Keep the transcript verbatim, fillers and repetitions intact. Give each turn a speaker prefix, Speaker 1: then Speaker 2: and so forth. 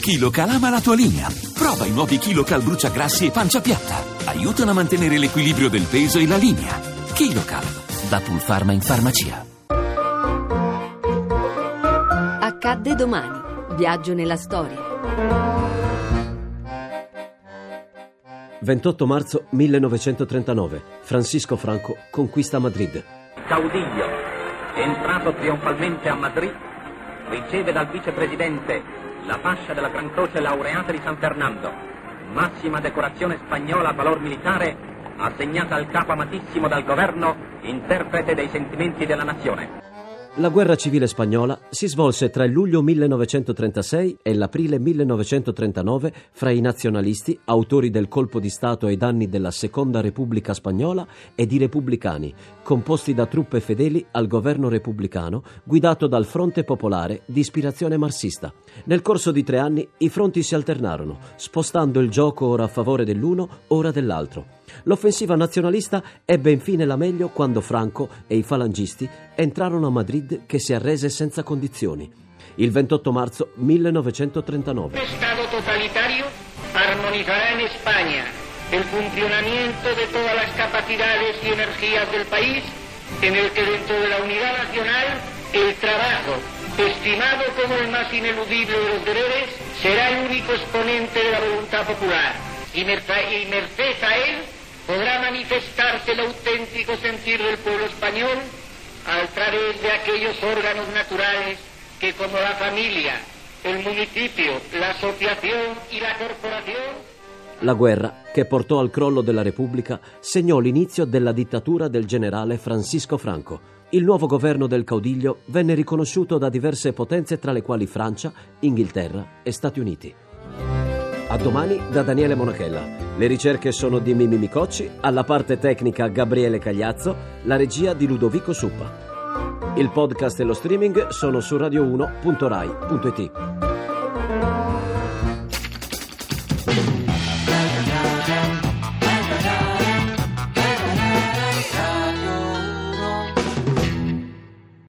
Speaker 1: KiloCal ama la tua linea. Prova i nuovi KiloCal bruciagrassi e pancia piatta. Aiutano a mantenere l'equilibrio del peso e la linea. KiloCal, da Pulpharma in farmacia.
Speaker 2: Accadde domani. Viaggio nella storia.
Speaker 3: ventotto marzo millenovecentotrentanove. Francisco Franco conquista Madrid.
Speaker 4: Caudillo, entrato trionfalmente a Madrid, riceve dal vicepresidente la fascia della Gran Croce Laureata di San Fernando, massima decorazione spagnola a valor militare, assegnata al capo amatissimo dal governo, interprete dei sentimenti della nazione.
Speaker 3: La guerra civile spagnola si svolse tra il luglio millenovecentotrentasei e l'aprile millenovecentotrentanove fra i nazionalisti, autori del colpo di Stato ai danni della Seconda Repubblica Spagnola, ed i repubblicani, composti da truppe fedeli al governo repubblicano, guidato dal Fronte Popolare di ispirazione marxista. Nel corso di tre anni i fronti si alternarono, spostando il gioco ora a favore dell'uno, ora dell'altro. L'offensiva nazionalista ebbe infine la meglio quando Franco e i falangisti entrarono a Madrid, che si arrese senza condizioni. Il ventotto marzo millenovecentotrentanove.
Speaker 5: El Estado totalitario armonizará en España el funcionamiento de todas las capacidades y energías del país, en el que dentro de la unidad nacional el trabajo, estimado como el más ineludible de los deberes, será el único exponente de la voluntad popular. Y merced a él podrá manifestarse el auténtico sentir del pueblo español a través de aquellos órganos naturales que, como la familia, el municipio, la asociación y la corporación.
Speaker 3: La guerra, che portò al crollo della Repubblica, segnò l'inizio della dittatura del generale Francisco Franco. Il nuovo governo del Caudiglio venne riconosciuto da diverse potenze, tra le quali Francia, Inghilterra e Stati Uniti. A domani da Daniele Monachella. Le ricerche sono di Mimì Micocci, alla parte tecnica Gabriele Cagliazzo, la regia di Ludovico Suppa. Il podcast e lo streaming sono su radio uno punto rai punto it.